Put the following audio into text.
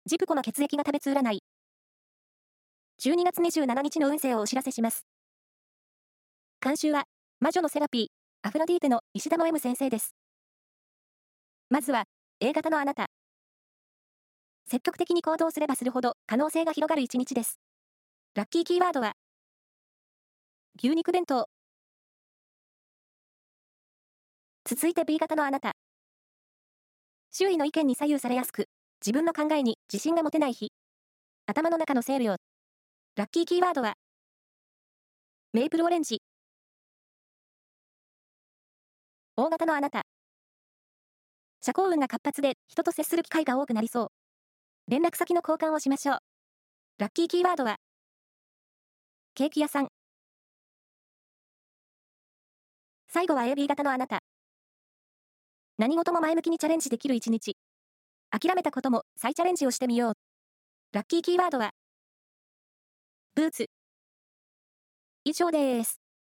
ジプコの血液が食べつ占い。12月27日の運勢をお知らせします。監修は、魔女のセラピー、アフロディーテの石田の M 先生です。まずは、A 型のあなた。積極的に行動すればするほど可能性が広がる一日です。ラッキーキーワードは、牛肉弁当。続いて B 型のあなた。周囲の意見に左右されやすく、自分の考えに自信が持てない日。頭の中の整理を。ラッキーキーワードは、メープルオレンジ。O 型のあなた。社交運が活発で人と接する機会が多くなりそう。連絡先の交換をしましょう。ラッキーキーワードは、ケーキ屋さん。最後は AB 型のあなた。何事も前向きにチャレンジできる一日。諦めたことも再チャレンジをしてみよう。ラッキーキーワードは、ブーツ。以上です。